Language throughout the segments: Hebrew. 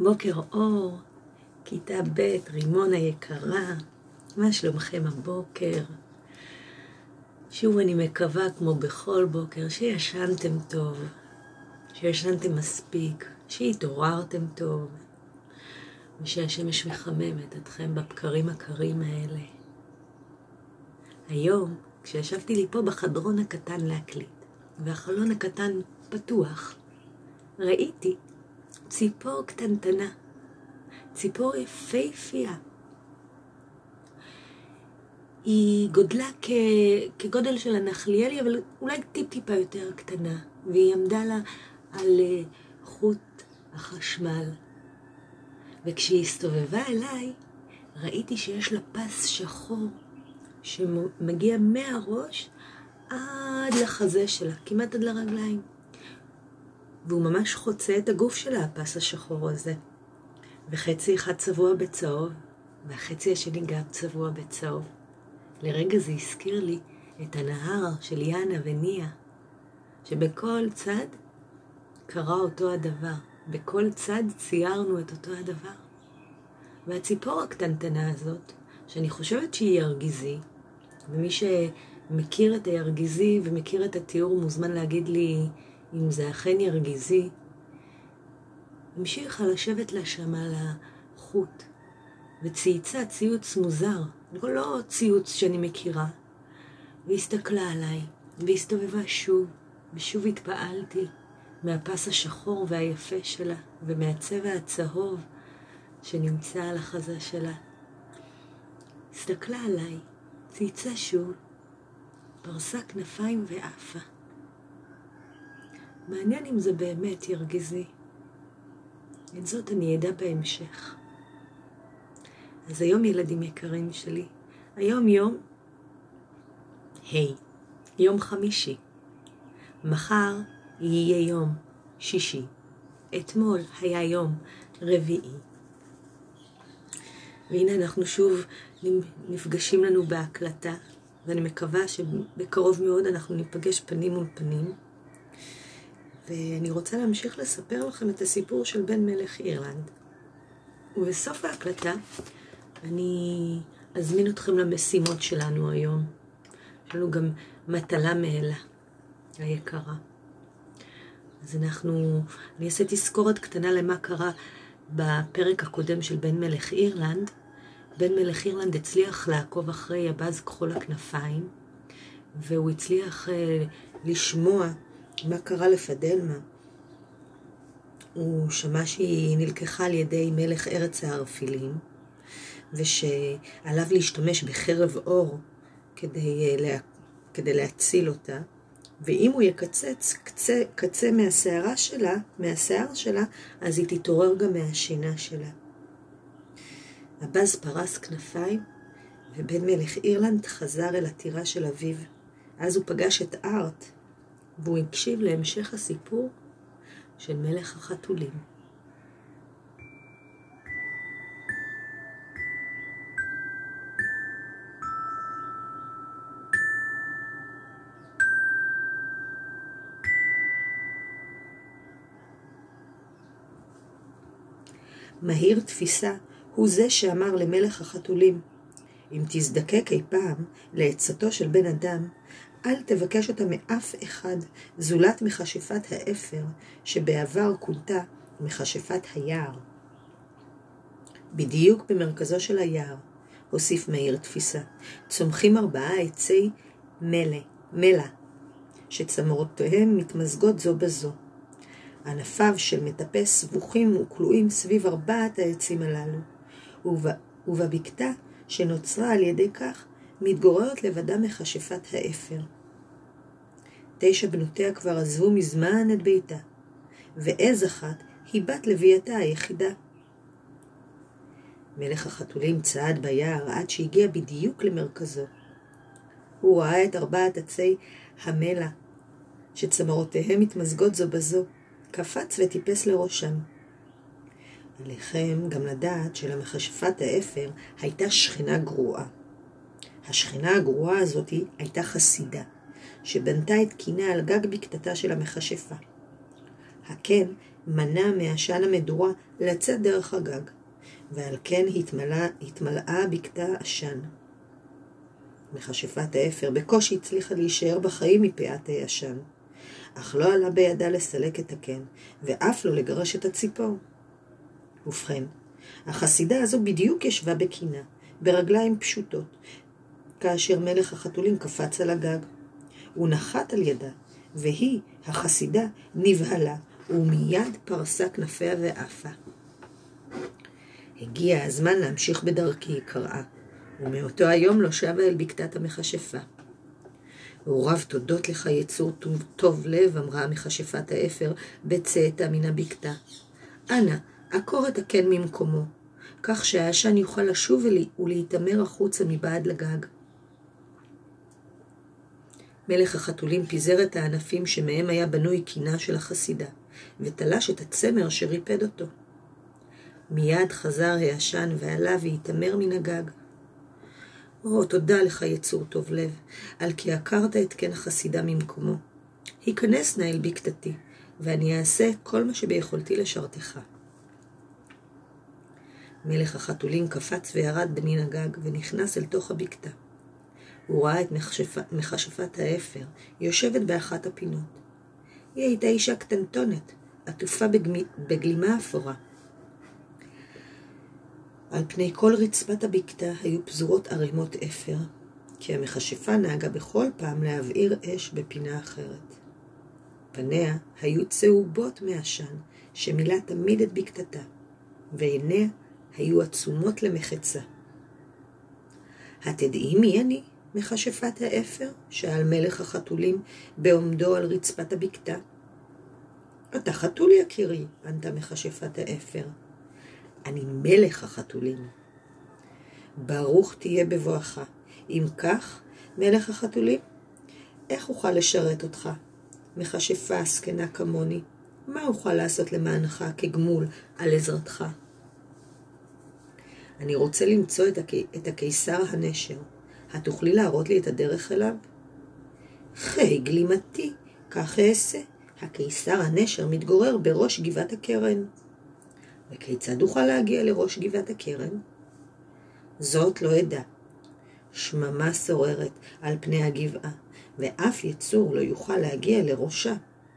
בוקר אור, כיתה ב', רימון היקרה, מה שלומכם הבוקר? שוב אני מקווה כמו בכל בוקר שישנתם טוב, שישנתם מספיק, שהתעוררתם טוב, ושהשמש מחממת אתכם בבקרים הקרים האלה. היום, כשישבתי לי פה בחדרון הקטן להקליט, והחלון הקטן פתוח, ראיתי ציפור קטנטנה, ציפור יפהפייה. היא גודלה כגודל של הנחליאלי, אבל אולי טיפה יותר קטנה, והיא עמדה לה על חוט החשמל. וכשהיא הסתובבה אליי, ראיתי שיש לה פס שחור שמגיע מהראש עד לחזה שלה, כמעט עד לרגליים. והוא ממש חוצה את הגוף שלה, הפס השחור הזה. וחצי אחד צבוע בצהוב, והחצי השני גם צבוע בצהוב. לרגע זה הזכיר לי את הנהר של יאנה וניה, שבכל צד קרה אותו הדבר. בכל צד ציירנו את אותו הדבר. והציפור הקטנטנה הזאת, שאני חושבת שהיא ירגיזי, ומי שמכיר את הירגיזי ומכיר את התיאור מוזמן להגיד לי אם זה אכן ירגיזי, המשיכה לשבת לה שם על החוט, וצייצה ציוץ מוזר, לא ציוץ שאני מכירה, והסתכלה עליי, והסתובבה שוב, ושוב התפעלתי מהפס השחור והיפה שלה, ומהצבע הצהוב שנמצא על החזה שלה. הסתכלה עליי, צייצה שוב, פרסה כנפיים ועפה. מעניין אם זה באמת ירגיזי. את זאת אני אדע בהמשך. אז היום ילדים יקרים שלי, היום יום חמישי. מחר יהיה יום שישי. אתמול היה יום רביעי. והנה אנחנו שוב נפגשים לנו בהקלטה, ואני מקווה שבקרוב מאוד אנחנו ניפגש פנים מול פנים. ואני רוצה להמשיך לספר לכם את הסיפור של בן מלך אירלנד. ובסוף ההקלטה אני אזמין אתכם למשימות שלנו היום. יש לנו גם מטלה מאלה היקרה. אז אני אעשה תזכורת קטנה למה קרה בפרק הקודם של בן מלך אירלנד. בן מלך אירלנד הצליח לעקוב אחרי יבז כחול הכנפיים, והוא הצליח לשמוע מה קרה לפדלמה. הוא שמע שהיא נלקחה על ידי מלך ארץ הערפילים, ושעליו להשתמש בחרב אור כדי להציל אותה, ואם הוא יקצץ קצה מהשיער שלה, אז היא תתעורר גם מהשינה שלה. הבז פרס כנפיים, ובן מלך אירלנד חזר אל הטירה של אביו. אז הוא פגש את ארט, והוא הקשיב להמשך הסיפור של מלך החתולים. מהיר תפיסה הוא זה שאמר למלך החתולים, אם תזדקק אי פעם לעצתו של בן אדם, אל תבקש אותה מאף אחד, זולת מכשפת האפר, שבעבר כונתה מכשפת היער. בדיוק במרכזו של היער, הוסיף מהיר תפיסה, צומחים 4 עצי מלה, שצמרותיהם מתמזגות זו בזו. ענפיו של מטפס סבוכים וכלואים סביב 4 העצים הללו, ובבקתה שנוצרה על ידי כך מתגוררת לבדה מכשפת האפר. 9 בנותיה כבר עזבו מזמן את ביתה, ועז אחת היא בת לווייתה היחידה. מלך החתולים צעד ביער עד שהגיע בדיוק למרכזו. הוא ראה את 4 עצי המלה, שצמרותיהם מתמזגות זו בזו, קפץ וטיפס לראשם. עליכם גם לדעת שלמכשפת האפר הייתה שכנה גרועה. השכנה הגרועה הזאת הייתה חסידה, שבנתה את קינה על גג בקתתה של המכשפה. הקן מנע מעשן המדורה לצאת דרך הגג, ועל כן התמלאה הבקתה עשן. מכשפת האפר בקושי הצליחה להישאר בחיים מפאת העשן, אך לא עלה בידה לסלק את הקן, ואף לא לגרש את הציפור. ובכן, החסידה הזו בדיוק ישבה בקינה, ברגליים פשוטות, כאשר מלך החתולים קפץ על הגג. הוא נחת על ידה, והיא, החסידה, נבהלה, ומיד פרסה כנפיה ועפה. הגיע הזמן להמשיך בדרכי, היא קראה, ומאותו היום לא שבה אל בקתת המכשפה. רב תודות לך יצור טוב לב, אמרה מכשפת האפר בצאתה מן הבקתה. אנא, עקור את הקן ממקומו, כך שהעשן יוכל לשוב ולהתאמר החוצה מבעד לגג. מלך החתולים פיזר את הענפים שמהם היה בנוי קינה של החסידה, ותלש את הצמר שריפד אותו. מיד חזר העשן ועלה והתאמר מן הגג. תודה לך יצור טוב לב, על כי עקרת את קן החסידה ממקומו. היכנס נא אל בקתתי, ואני אעשה כל מה שביכולתי לשרתך. מלך החתולים קפץ וירד מן הגג ונכנס אל תוך הבקתה. הוא ראה את מכשפת האפר יושבת באחת הפינות. היא הייתה אישה קטנטונת, עטופה בגלימה אפורה. על פני כל רצפת הבקתה היו פזורות ערימות אפר, כי המכשפה נהגה בכל פעם להבעיר אש בפינה אחרת. פניה היו צהובות מעשן שמילא תמיד את בקתתה, ועיניה היו עצומות למחצה. התדעי מי אני, מכשפת האפר? שאל מלך החתולים בעומדו על רצפת הבקתה. אתה חתול יקירי, ענתה מכשפת האפר. אני מלך החתולים. ברוך תהיה בבואך. אם כך, מלך החתולים, איך אוכל לשרת אותך? מכשפה עסקנה כמוני, מה אוכל לעשות למענך כגמול על עזרתך? אני רוצה למצוא את הקיסר הנשר. התוכלי להראות לי את הדרך אליו? חי גלימתי, כך אעשה. הקיסר הנשר מתגורר בראש גבעת הקרן. וכיצד אוכל להגיע לראש גבעת הקרן? זאת לא אדע. שממה שוררת על פני הגבעה, ואף יצור לא יוכל להגיע לראשה.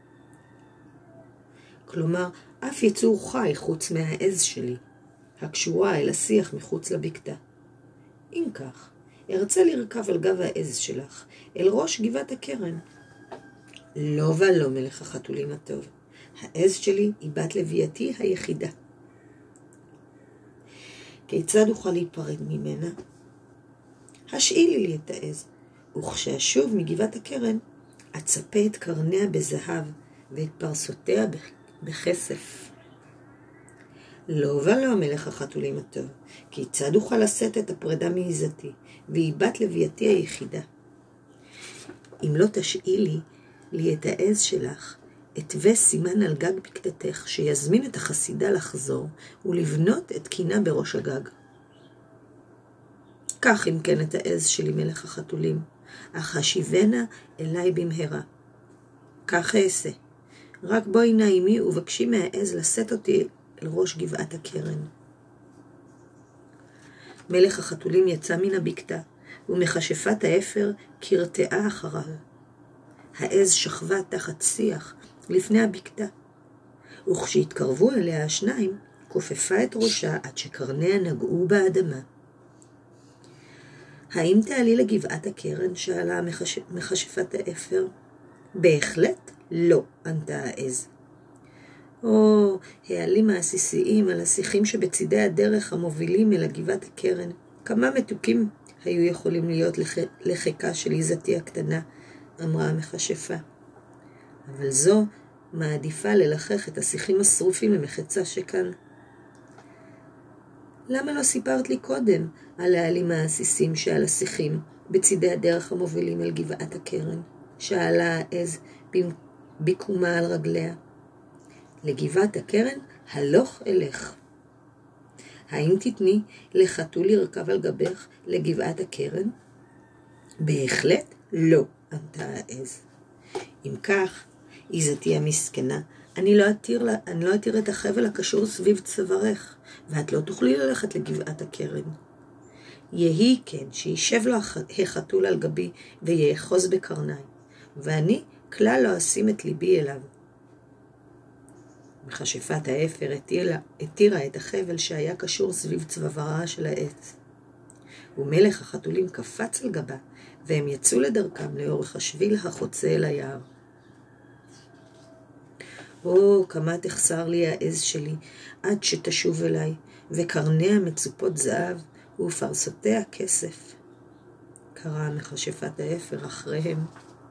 כלומר, אף יצור חי חוץ מהעז שלי, הקשורה אל השיח מחוץ לבקתה. אם כך, ארצה לרכב על גב העז שלך, אל ראש גבעת הקרן. לא ולא, מלך החתולים הטוב. העז שלי היא בת לווייתי היחידה. כיצד אוכל להיפרד ממנה? השאילי לי את העז, וכשאשוב מגבעת הקרן, אצפה את קרניה בזהב ואת פרסותיה בכסף. לא ולא, מלך החתולים הטוב. כיצד אוכל לשאת את הפרידה מעיזתי, והיא בת לווייתי היחידה? אם לא תשאילי לי את העז שלך, אתווה סימן על גג בקתתך שיזמין את החסידה לחזור ולבנות את קינה בראש הגג. קח אם כן את העז שלי, מלך החתולים, אך השיבנה אליי במהרה. כך אעשה. רק בואי נא עמי ובקשי מהעז לשאת אותי אל ראש גבעת הקרן. מלך החתולים יצא מן הבקתה, ומכשפת האפר קרטעה אחריו. העז שכבה תחת שיח לפני הבקתה, וכשהתקרבו אליה השניים, כופפה את ראשה עד שקרניה נגעו באדמה. האם תעלי לגבעת הקרן? שאלה מכשפת האפר. בהחלט לא, ענתה העז. העלים העסיסיים על השיחים שבצידי הדרך המובילים אל גבעת הקרן, כמה מתוקים היו יכולים להיות לחיקה של עיזתי הקטנה, אמרה המכשפה. אבל זו מעדיפה ללחך את השיחים השרופים למחצה שכאן. למה לא סיפרת לי קודם על העלים העסיסים שעל השיחים בצידי הדרך המובילים אל גבעת הקרן? שאלה העז בקומה על רגליה. לגבעת הקרן הלוך אלך. האם תתני לחתול לרכב על גבך לגבעת הקרן? בהחלט לא, ענתה העז. אם כך, עיזתי המסכנה, אני לא אתיר את החבל הקשור סביב צווארך, ואת לא תוכלי ללכת לגבעת הקרן. יהי כן שישב לו החתול על גבי ויאחוז בקרניי, ואני כלל לא אשים את ליבי אליו. מכשפת האפר התירה את החבל שהיה קשור סביב צווארה של העץ. ומלך החתולים קפץ על גבה, והם יצאו לדרכם לאורך השביל החוצה אל היער. כמה תחסר לי העז שלי עד שתשוב אליי, וקרניה מצופות זהב ופרסותיה כסף. קראה מכשפת האפר אחריהם.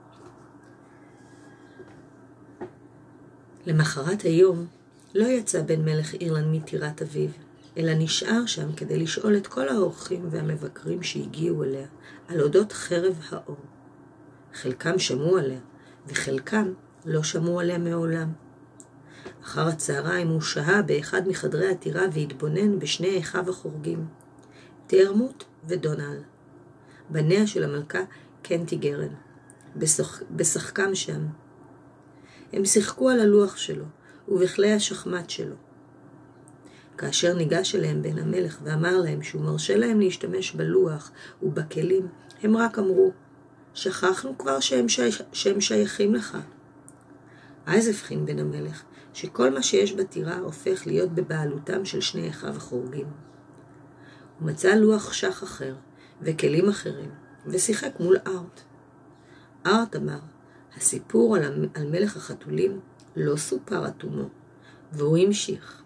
למחרת היום לא יצא בן מלך אירלנד מטירת אביו, אלא נשאר שם כדי לשאול את כל האורחים והמבקרים שהגיעו אליה על אודות חרב האור. חלקם שמעו עליה, וחלקם לא שמעו עליה מעולם. אחר הצהריים הוא שהה באחד מחדרי הטירה והתבונן בשני אחיו החורגים, תרמוט ודונל, בניה של המלכה קנטיגרן, בשחקם שם. הם שיחקו על הלוח שלו ובכלי השחמט שלו. כאשר ניגש אליהם בן המלך ואמר להם שהוא מרשה להם להשתמש בלוח ובכלים, הם רק אמרו, שכחנו כבר שהם שייכים לך. אז הבחין בן המלך שכל מה שיש בטירה הופך להיות בבעלותם של שני אחיו החורגים. הוא מצא לוח שח אחר וכלים אחרים ושיחק מול ארט. ארט אמר, הסיפור על מלך החתולים לא סופר עד תומו, והוא המשיך.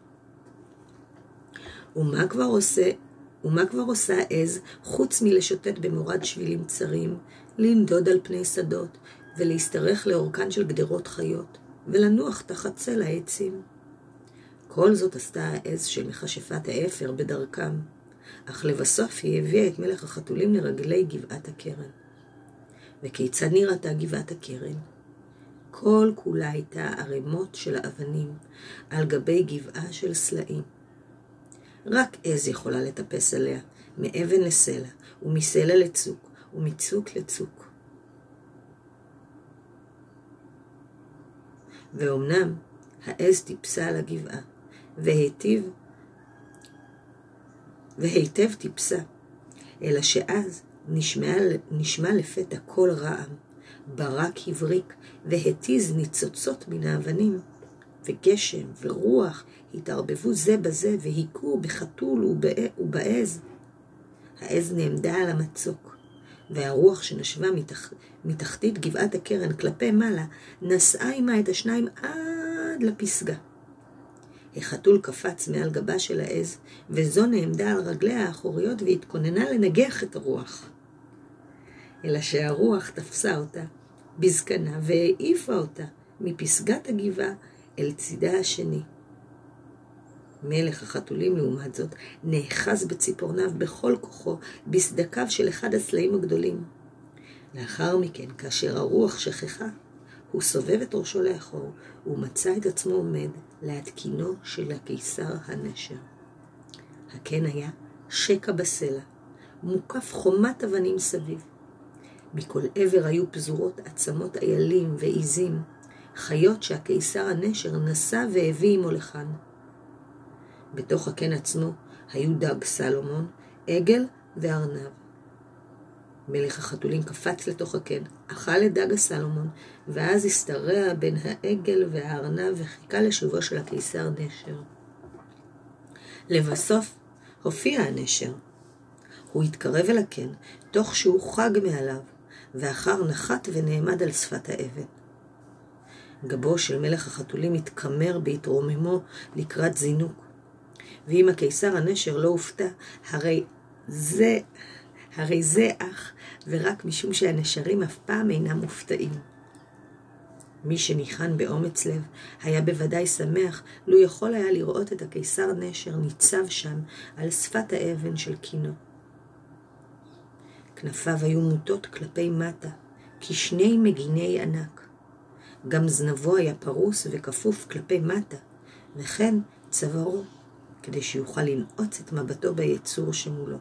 ומה כבר עושה העז חוץ מלשוטט במורד שבילים צרים, לנדוד על פני שדות ולהסתרך לאורכן של גדרות חיות ולנוח תחת צל העצים. כל זאת עשתה העז של מכשפת האפר בדרכם, אך לבסוף היא הביאה את מלך החתולים לרגלי גבעת הקרן. וכיצד נראתה גבעת הקרן? כל כולה הייתה ערימות של אבנים על גבי גבעה של סלעים. רק עז יכולה לטפס עליה, מאבן לסלע, ומסלע לצוק, ומצוק לצוק. ואומנם העז טיפסה על הגבעה, והיטב טיפסה, אלא שאז נשמע לפתע קול רעם, ברק הבריק והתיז ניצוצות מן האבנים, וגשם ורוח התערבבו זה בזה והיכו בחתול ובעז. העז נעמדה על המצוק, והרוח שנשבה מתחתית גבעת הקרן כלפי מעלה נשאה עמה את השניים עד לפסגה. החתול קפץ מעל גבה של העז, וזו נעמדה על רגליה האחוריות והתכוננה לנגח את הרוח. אלא שהרוח תפסה אותה בזקנה והעיפה אותה מפסגת הגבעה אל צידה השני. מלך החתולים לעומת זאת נאחז בציפורניו בכל כוחו בסדקיו של אחד הסלעים הגדולים. לאחר מכן, כאשר הרוח שכחה, הוא סובב את ראשו לאחור ומצא את עצמו עומד להתקינו של הקיסר הנשר. הקן היה שקע בסלע, מוקף חומת אבנים סביב. מכל עבר היו פזורות עצמות איילים ועיזים, חיות שהקיסר הנשר נשא והביא עמו לכאן. בתוך הקן עצמו היו דג סלומון, עגל וארנב. מלך החתולים קפץ לתוך הקן, אכל את דג הסלומון, ואז הסתרע בין העגל והארנב וחיכה לשובו של הקיסר נשר. לבסוף הופיע הנשר. הוא התקרב אל הקן, תוך שהוא חג מעליו, ואחר נחת ונעמד על שפת האבן. גבו של מלך החתולים התקמר בהתרוממו לקראת זינוק. ואם הקיסר הנשר לא הופתע, הרי זה אך ורק משום שהנשרים אף פעם אינם מופתעים. מי שניחן באומץ לב היה בוודאי שמח לו יכול היה לראות את הקיסר נשר ניצב שם על שפת האבן של קינו. כנפיו היו מוטות כלפי מטה, כשני מגיני ענק. גם זנבו היה פרוס וכפוף כלפי מטה, וכן צווארו, כדי שיוכל לנעוץ את מבטו ביצור שמולו.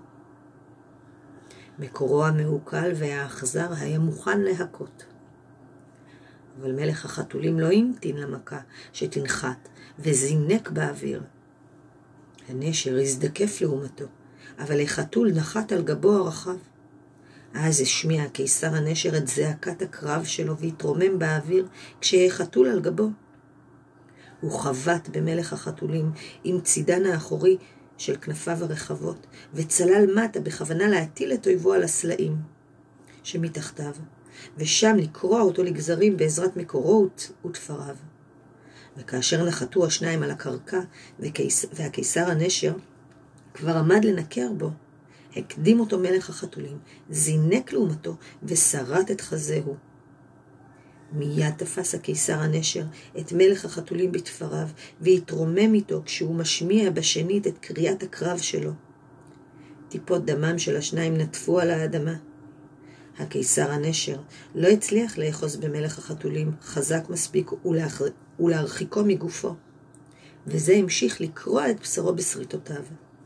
מקורו המעוקל והאכזר היה מוכן להכות. אבל מלך החתולים לא המתין למכה שתנחת, וזינק באוויר. הנשר הזדקף לעומתו, אבל החתול נחת על גבו הרחב. אז השמיע הקיסר הנשר את זעקת הקרב שלו והתרומם באוויר כשהחתול על גבו. הוא חבט במלך החתולים עם צידן האחורי של כנפיו הרחבות, וצלל מטה בכוונה להטיל את אויבו על הסלעים שמתחתיו, ושם לקרוע אותו לגזרים בעזרת מקורו ותפריו. וכאשר נחתו השניים על הקרקע, והקיסר הנשר כבר עמד לנקר בו, הקדים אותו מלך החתולים, זינק לעומתו ושרט את חזהו. מיד תפס הקיסר הנשר את מלך החתולים בתפריו, והתרומם איתו כשהוא משמיע בשנית את קריאת הקרב שלו. טיפות דמם של השניים נטפו על האדמה. הקיסר הנשר לא הצליח לאחוז במלך החתולים חזק מספיק ולהרחיקו מגופו, וזה המשיך לקרוע את בשרו בסריטותיו.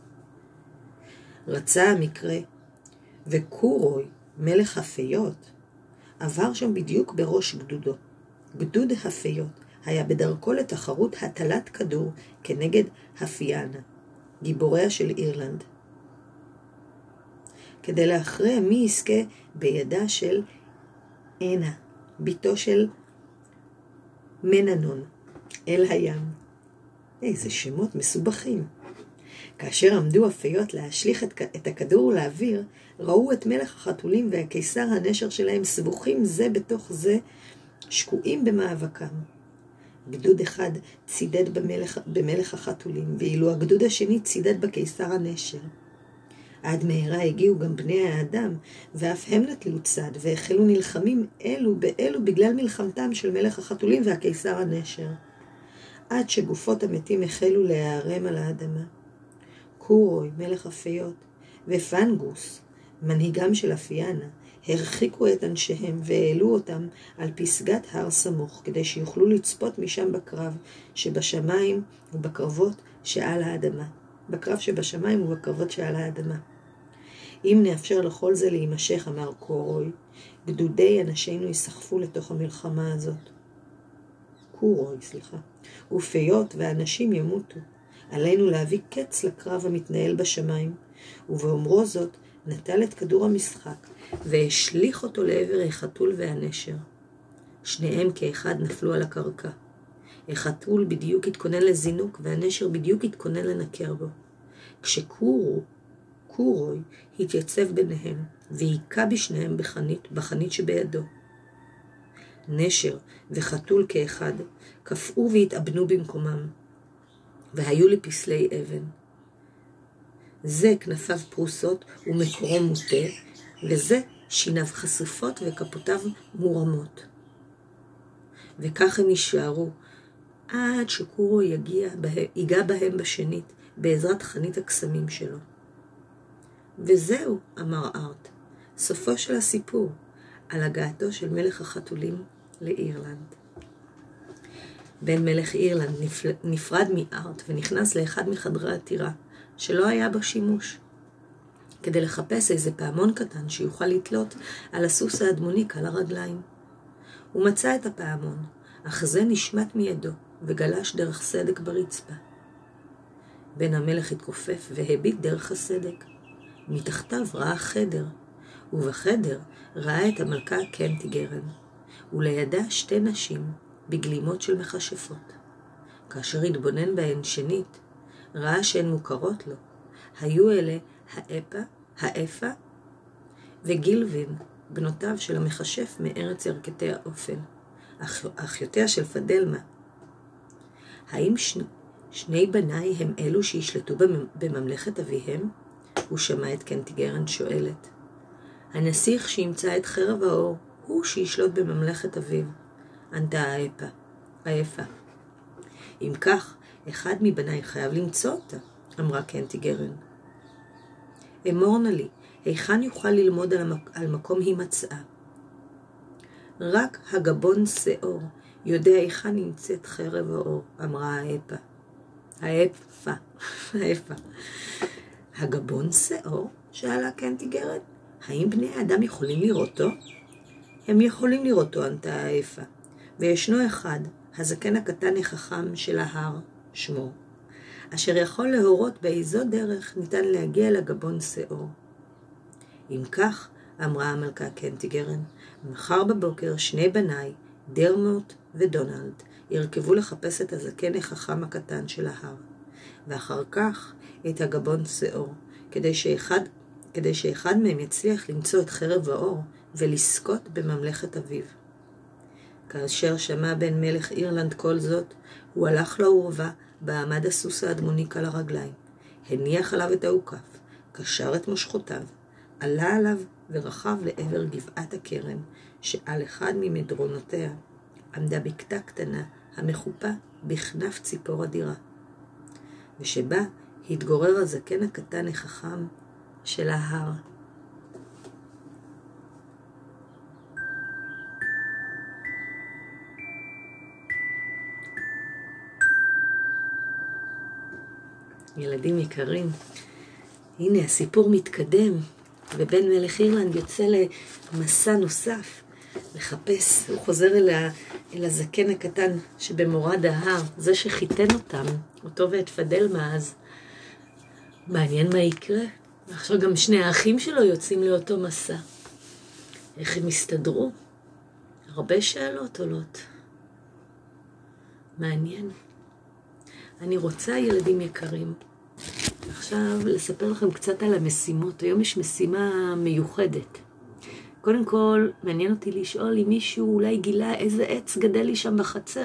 רצה המקרה, וקורוי, מלך הפיות, עבר שם בדיוק בראש גדודו. גדוד הפיות היה בדרכו לתחרות הטלת כדור כנגד הפיאנה, גיבוריה של אירלנד, כדי להכריע מי יזכה בידה של אנה, ביתו של מננון, אל הים. איזה שמות מסובכים. כאשר עמדו הפיות להשליך את הכדור לאוויר, ראו את מלך החתולים והקיסר הנשר שלהם סבוכים זה בתוך זה, שקועים במאבקם. גדוד אחד צידד במלך החתולים, ואילו הגדוד השני צידד בקיסר הנשר. עד מהרה הגיעו גם בני האדם, ואף הם נטלו צד, והחלו נלחמים אלו באלו בגלל מלחמתם של מלך החתולים והקיסר הנשר, עד שגופות המתים החלו להיערם על האדמה. קורוי, מלך הפיות, ופנגוס, מנהיגם של הפיאנה, הרחיקו את אנשיהם והעלו אותם על פסגת הר סמוך, כדי שיוכלו לצפות משם בקרב שבשמיים ובקרבות שעל האדמה. בקרב שבשמיים ובקרבות שעל האדמה. אם נאפשר לכל זה להימשך, אמר קורוי, גדודי אנשינו יסחפו לתוך המלחמה הזאת. ופיות ואנשים ימותו. עלינו להביא קץ לקרב המתנהל בשמיים, ובאומרו זאת נטל את כדור המשחק והשליך אותו לעבר החתול והנשר. שניהם כאחד נפלו על הקרקע. החתול בדיוק התכונן לזינוק והנשר בדיוק התכונן לנקר בו. כשקורוי התייצב ביניהם והיכה בשניהם בחנית שבידו. נשר וחתול כאחד קפאו והתאבנו במקומם, והיו לפסלי אבן. זה כנפיו פרוסות ומקורו מוטה, וזה שיניו חשופות וכפותיו מורמות. וכך הם נשארו, עד שקורו ייגע בהם בשנית, בעזרת חנית הקסמים שלו. וזהו, אמר ארט, סופו של הסיפור, על הגעתו של מלך החתולים לאירלנד. בן מלך אירלנד נפרד מארט ונכנס לאחד מחדרי הטירה, שלא היה בו שימוש, כדי לחפש איזה פעמון קטן שיוכל לתלות על הסוס האדמוני קל הרגליים. הוא מצא את הפעמון, אך זה נשמט מידו וגלש דרך סדק ברצפה. בן המלך התכופף והביט דרך הסדק. מתחתיו ראה חדר, ובחדר ראה את המלכה קנטיגרן, ולידה שתי נשים בגלימות של מכשפות. כאשר התבונן בהן שנית, ראה שהן מוכרות לו. היו אלה האפה וגילבין, בנותיו של המכשף מארץ ירכתי האופל, אחיותיה של פדלמה. האם שני בניי הם אלו שישלטו בממלכת אביהם? הוא שמע את קנטיגרן שואלת. הנסיך שימצא את חרב האור הוא שישלוט בממלכת אביו, ענתה האפה. אם כך, אחד מבניי חייב למצוא אותה, אמרה קנטיגרן. אמור נא לי, היכן יוכל ללמוד על מקום היא מצאה? רק הגבון שאור יודע היכן נמצאת חרב האור, אמרה האפה. הגבון שאור? שאלה קנטיגרן. האם בני האדם יכולים לראותו? הם יכולים לראותו, ענתה האפה, וישנו אחד, הזקן הקטן החכם של ההר, שמו, אשר יכול להורות באיזו דרך ניתן להגיע לגבון שאור. אם כך, אמרה המלכה קנטיגרן, מחר בבוקר 2 בניי, דרמוט ודונלד, ירכבו לחפש את הזקן החכם הקטן של ההר, ואחר כך את הגבון שאור, כדי שאחד מהם יצליח למצוא את חרב האור ולזכות בממלכת אביו. כאשר שמע בן מלך אירלנד כל זאת, הוא הלך לעורבה, בה עמד הסוס האדמוני על הרגליים, הניח עליו את האוכף, קשר את מושכותיו, עלה עליו ורכב לעבר גבעת הכרם, שעל אחד ממדרונותיה עמדה בקתה קטנה המחופה בכנף ציפור אדירה, ושבה התגורר הזקן הקטן החכם של ההר. ילדים יקרים, הנה הסיפור מתקדם, ובן מלך אירלנד יוצא למסע נוסף, לחפש, הוא חוזר אל הזקן הקטן שבמורד ההר, זה שחיתן אותם, אותו ואת פדלמה אז. מעניין מה יקרה. עכשיו גם 2 האחים שלו יוצאים לאותו מסע. איך הם יסתדרו? הרבה שאלות עולות. מעניין. אני רוצה, ילדים יקרים, עכשיו לספר לכם קצת על המשימות. היום יש משימה מיוחדת. קודם כל, מעניין אותי לשאול אם מישהו אולי גילה איזה עץ גדל לי שם בחצר.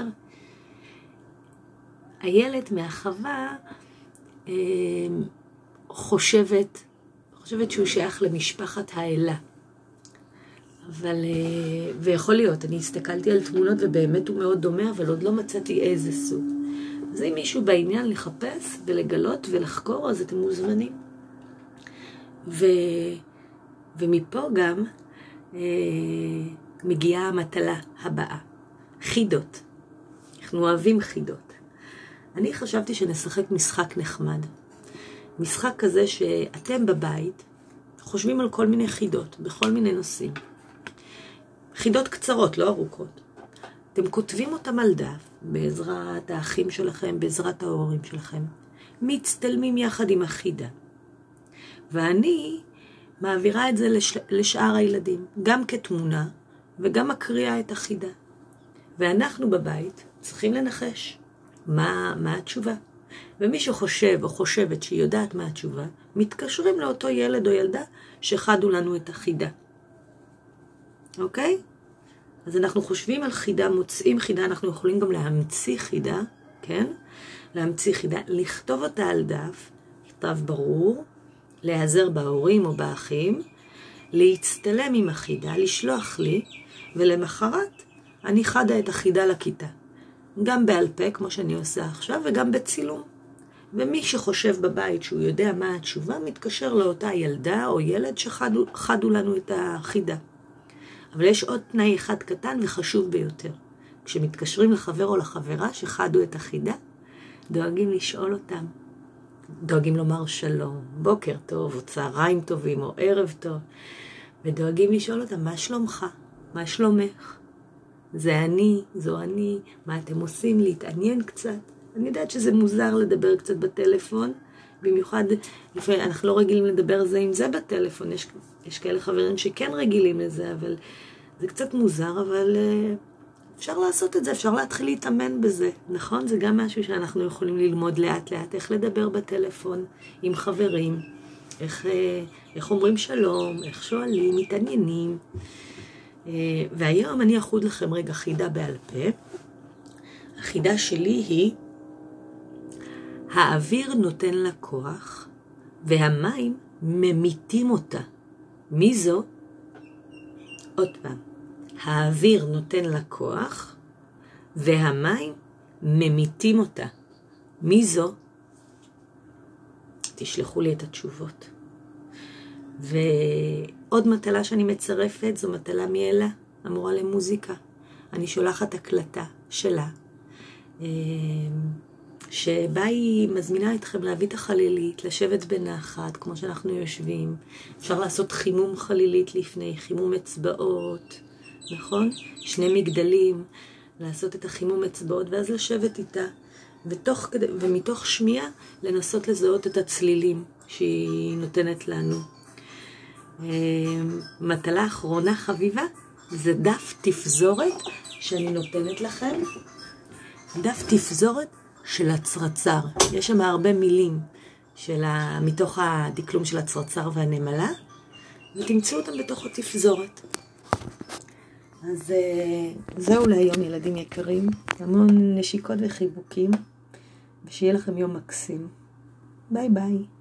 הילד מהחווה חושבת שהוא שייך למשפחת האלה. אבל, ויכול להיות, אני הסתכלתי על תמונות ובאמת הוא מאוד דומה, אבל עוד לא מצאתי איזה סוג. אז אם מישהו בעניין לחפש ולגלות ולחקור, אז אתם מוזמנים. ומפה גם מגיעה המטלה הבאה. חידות. אנחנו אוהבים חידות. אני חשבתי שנשחק משחק נחמד. משחק כזה שאתם בבית חושבים על כל מיני חידות, בכל מיני נושאים. חידות קצרות, לא ארוכות. אתם כותבים אותם על דף, בעזרת האחים שלכם, בעזרת ההורים שלכם. מצטלמים יחד עם החידה. ואני מעבירה את זה לשאר הילדים, גם כתמונה וגם מקריאה את החידה. ואנחנו בבית צריכים לנחש מה התשובה. ומי שחושב או חושבת שהיא יודעת מה התשובה, מתקשרים לאותו ילד או ילדה שחדו לנו את החידה. אוקיי? אז אנחנו חושבים על חידה, מוצאים חידה, אנחנו יכולים גם להמציא חידה, כן? להמציא חידה, לכתוב אותה על דף, כתב ברור, להיעזר בהורים או באחים, להצטלם עם החידה, לשלוח לי, ולמחרת אני חדה את החידה לכיתה. גם בעל פה, כמו שאני עושה עכשיו, וגם בצילום. ומי שחושב בבית שהוא יודע מה התשובה, מתקשר לאותה ילדה או ילד שחדו לנו את החידה. אבל יש עוד תנאי אחד קטן וחשוב ביותר. כשמתקשרים לחבר או לחברה שחדו את החידה, דואגים לשאול אותם. דואגים לומר שלום, בוקר טוב, או צהריים טובים, או ערב טוב. ודואגים לשאול אותם, מה שלומך? מה שלומך? זה אני, זו אני, מה אתם עושים? להתעניין קצת. אני יודעת שזה מוזר לדבר קצת בטלפון, במיוחד, לפעמים אנחנו לא רגילים לדבר זה עם זה בטלפון, יש כאלה חברים שכן רגילים לזה, אבל זה קצת מוזר, אבל אפשר לעשות את זה, אפשר להתחיל להתאמן בזה, נכון? זה גם משהו שאנחנו יכולים ללמוד לאט לאט, איך לדבר בטלפון עם חברים, איך אומרים שלום, איך שואלים, מתעניינים. והיום אני אחוד לכם רגע חידה בעל פה. החידה שלי היא, האוויר נותן לה כוח, והמים ממיתים אותה. מי זו? עוד פעם. האוויר נותן לה כוח, והמים ממיתים אותה. מי זו? תשלחו לי את התשובות. ועוד מטלה שאני מצרפת, זו מטלה מאלה, המורה למוזיקה. אני שולחת הקלטה שלה, שבה היא מזמינה אתכם להביא את החלילית, לשבת בנחת, כמו שאנחנו יושבים. אפשר לעשות חימום חלילית לפני, חימום אצבעות, נכון? 2 מגדלים, לעשות את החימום אצבעות, ואז לשבת איתה, ומתוך שמיעה לנסות לזהות את הצלילים שהיא נותנת לנו. מטלה אחרונה חביבה, זה דף תפזורת שאני נותנת לכם. דף תפזורת של הצרצר. יש שם הרבה מילים מתוך הדקלום של הצרצר והנמלה, ותמצאו אותם בתוך התפזורת. אז זהו להיום, ילדים יקרים. המון נשיקות וחיבוקים, ושיהיה לכם יום מקסים. ביי ביי.